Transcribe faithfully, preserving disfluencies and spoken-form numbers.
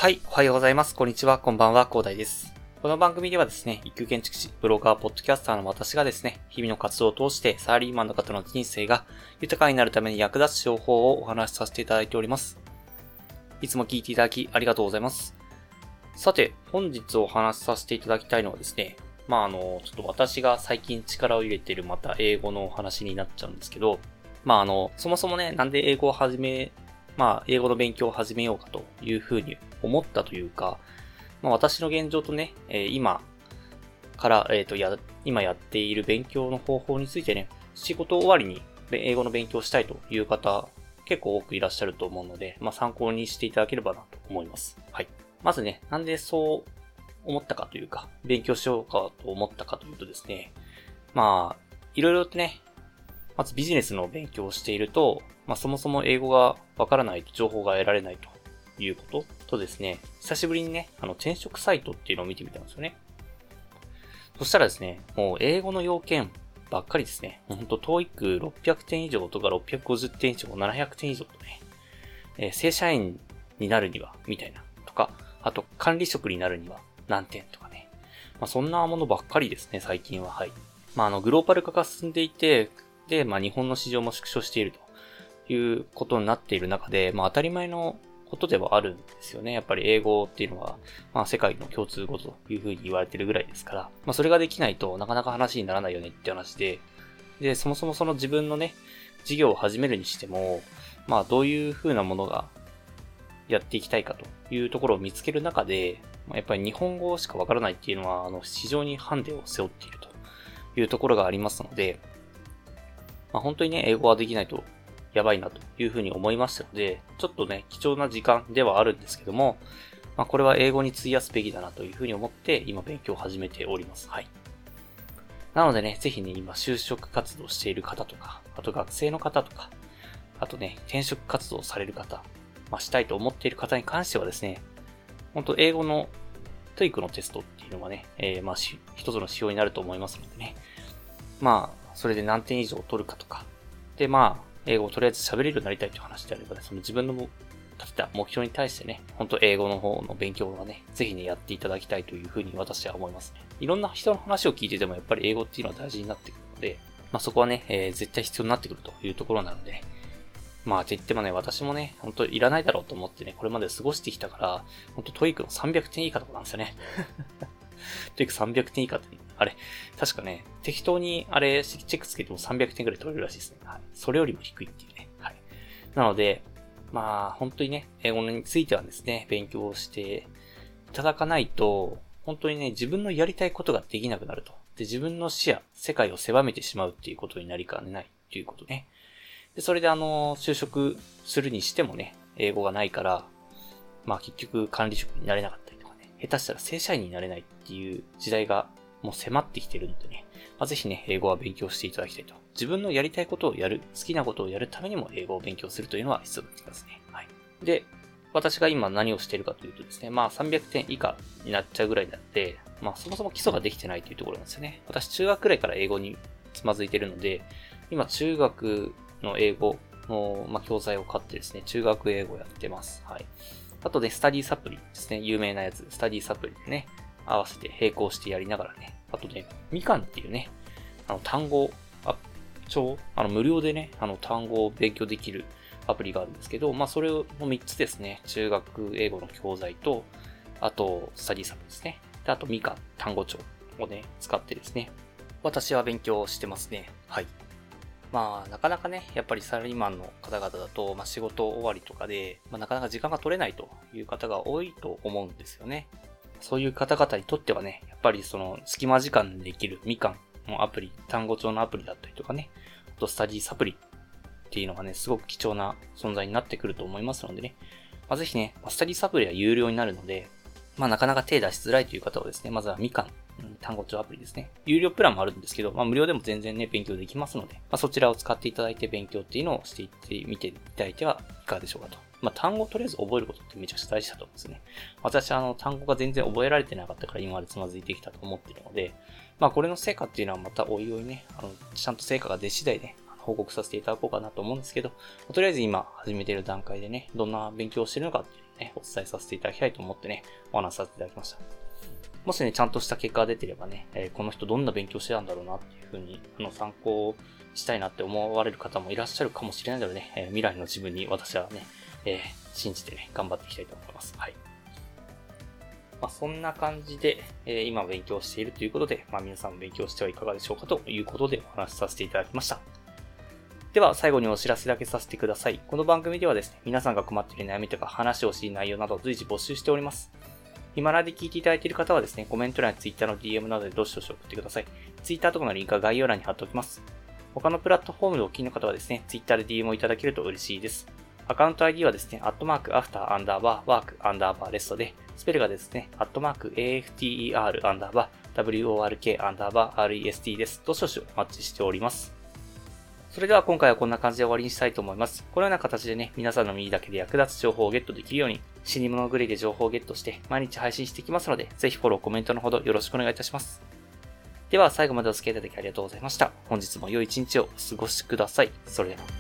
はい、おはようございます。こんにちは、こんばんは、広大です。この番組ではですね、一級建築士、ブロガー、ポッドキャスターの私がですね、日々の活動を通してサラリーマンの方の人生が豊かになるために役立つ情報をお話しさせていただいております。いつも聞いていただきありがとうございます。さて、本日お話しさせていただきたいのはですね、まああの、ちょっと私が最近力を入れているまた英語のお話になっちゃうんですけど、まああの、そもそもね、なんで英語を始め、まあ英語の勉強を始めようかというふうに思ったというか、まあ私の現状とね、えー、今から、えっと、や、今やっている勉強の方法についてね、仕事終わりに英語の勉強をしたいという方、結構多くいらっしゃると思うので、まあ参考にしていただければなと思います。はい。まずね、なんでそう思ったかというか、勉強しようかと思ったかというとですね、まあ、いろいろとね、まずビジネスの勉強をしていると、まあそもそも英語がわからないと情報が得られないということとですね、久しぶりにね、あの転職サイトっていうのを見てみたんですよね。そしたらですね、もう英語の要件ばっかりですね。ほんと トーイックろっぴゃくてん以上とかろっぴゃくごじゅってん以上、ななひゃくてん以上とね、えー、正社員になるには、みたいな、とか、あと管理職になるには何点とかね。まあそんなものばっかりですね、最近は。はい。まああの、グローバル化が進んでいて、で、まあ日本の市場も縮小しているということになっている中で、まあ当たり前のことではあるんですよね。やっぱり英語っていうのは、まあ世界の共通語というふうに言われてるぐらいですから、まあそれができないとなかなか話にならないよねって話で、で、そもそもその自分のね、事業を始めるにしても、まあどういうふうなものがやっていきたいかというところを見つける中で、まあ、やっぱり日本語しかわからないっていうのは、あの、非常にハンデを背負っているというところがありますので、まあ本当にね、英語はできないとやばいなというふうに思いましたので、ちょっとね、貴重な時間ではあるんですけども、まあこれは英語に費やすべきだなというふうに思って、今勉強を始めております。はい。なのでね、ぜひね、今就職活動している方とか、あと学生の方とか、あとね、転職活動される方、まあしたいと思っている方に関してはですね、本当英語のトイックのテストっていうのがね、えー、まあ一つの指標になると思いますのでね、まあ、それで何点以上取るかとか、で、まあ、英語をとりあえず喋れるようになりたいという話であればね、その自分の立てた目標に対してね、本当英語の方の勉強はね、ぜひね、やっていただきたいというふうに私は思いますね。いろんな人の話を聞いててもやっぱり英語っていうのは大事になってくるので、まあそこはね、えー、絶対必要になってくるというところなので、まあって言ってもね、私もね、本当いらないだろうと思ってね、これまで過ごしてきたから、本当トイックのさんびゃくてん以下とかなんですよね。トイックさんびゃくてん以下って、あれ、確かね、適当にあれ、チェックつけてもさんびゃくてんくらい取れるらしいですね。はい。それよりも低いっていうね。はい。なので、まあ、本当にね、英語についてはですね、勉強していただかないと、本当にね、自分のやりたいことができなくなると。で、自分の視野、世界を狭めてしまうっていうことになりかねないっていうことね。で、それであの、就職するにしてもね、英語がないから、まあ結局管理職になれなかったりとかね、下手したら正社員になれないっていう時代がもう迫ってきてるのでね、まあ、ぜひね、英語は勉強していただきたいと。自分のやりたいことをやる、好きなことをやるためにも英語を勉強するというのは必要になってきますね。はい。で、私が今何をしているかというとですね、まあさんびゃくてん以下になっちゃうぐらいなので、まあそもそも基礎ができてないというところなんですよね。私中学くらいから英語につまずいているので、今中学の英語の、まあ、教材を買ってですね、中学英語をやってます。はい。あとね、スタディサプリですね、有名なやつ、スタディサプリでね、合わせて並行してやりながらね、あとね、みかんっていうね、あの単語、あ、超、あの無料でね、あの単語を勉強できるアプリがあるんですけど、まあそれのみっつですね、中学英語の教材と、あとスタディサプリですね。であとみかん単語帳をね、使ってですね、私は勉強してますね。はい。まあ、なかなかね、やっぱりサラリーマンの方々だと、まあ仕事終わりとかで、まあなかなか時間が取れないという方が多いと思うんですよね。そういう方々にとってはね、やっぱりその隙間時間でできるみかんのアプリ、単語帳のアプリだったりとかね、あとスタディサプリっていうのがね、すごく貴重な存在になってくると思いますのでね、まあ、ぜひね、スタディサプリは有料になるので、まあなかなか手出しづらいという方はですね、まずはみかん、単語帳アプリですね。有料プランもあるんですけど、まあ無料でも全然ね、勉強できますので、まあそちらを使っていただいて勉強っていうのをしていってみていただいてはいかがでしょうかと。まあ単語をとりあえず覚えることってめちゃくちゃ大事だと思うんですね。私はあの単語が全然覚えられてなかったから今までつまずいてきたと思っているので、まあこれの成果っていうのはまたおいおいね、あの、ちゃんと成果が出次第ね、報告させていただこうかなと思うんですけど、とりあえず今始めている段階でね、どんな勉強をしているのかっていうね、お伝えさせていただきたいと思ってね、お話しさせていただきました。もしね、ちゃんとした結果が出てればね、えー、この人どんな勉強してたんだろうなっていうふうに、あの、参考したいなって思われる方もいらっしゃるかもしれないのでね、えー、未来の自分に私はね、えー、信じてね、頑張っていきたいと思います。はい。まあ、そんな感じで、えー、今勉強しているということで、まあ、皆さんも勉強してはいかがでしょうかということでお話しさせていただきました。では、最後にお知らせだけさせてください。この番組ではですね、皆さんが困っている悩みとか話をしい内容など随時募集しております。ヒマラヤで聞いていただいている方はですね、コメント欄や Twitter の ディーエム などでどしどし送ってください。Twitter とかのリンクは概要欄に貼っておきます。他のプラットフォームでお聞きの方はですね、Twitter で ディーエム をいただけると嬉しいです。アカウント アイディー はですね、アットマーク、アフター、アンダーバー、ワーク、アンダーバー、レストで、スペルがですね、アットマーク、エーエフティーイーアール、アンダーバー、ダブリューオーアールケー、アンダーバー、アールイーエスティー です。どしどしお待ちしております。それでは今回はこんな感じで終わりにしたいと思います。このような形でね、皆さんの耳だけで役立つ情報をゲットできるように、死に物狂いで情報をゲットして毎日配信していきますので、ぜひフォロー、コメントのほどよろしくお願いいたします。では最後までお付き合いいただきありがとうございました。本日も良い一日をお過ごしください。それでは。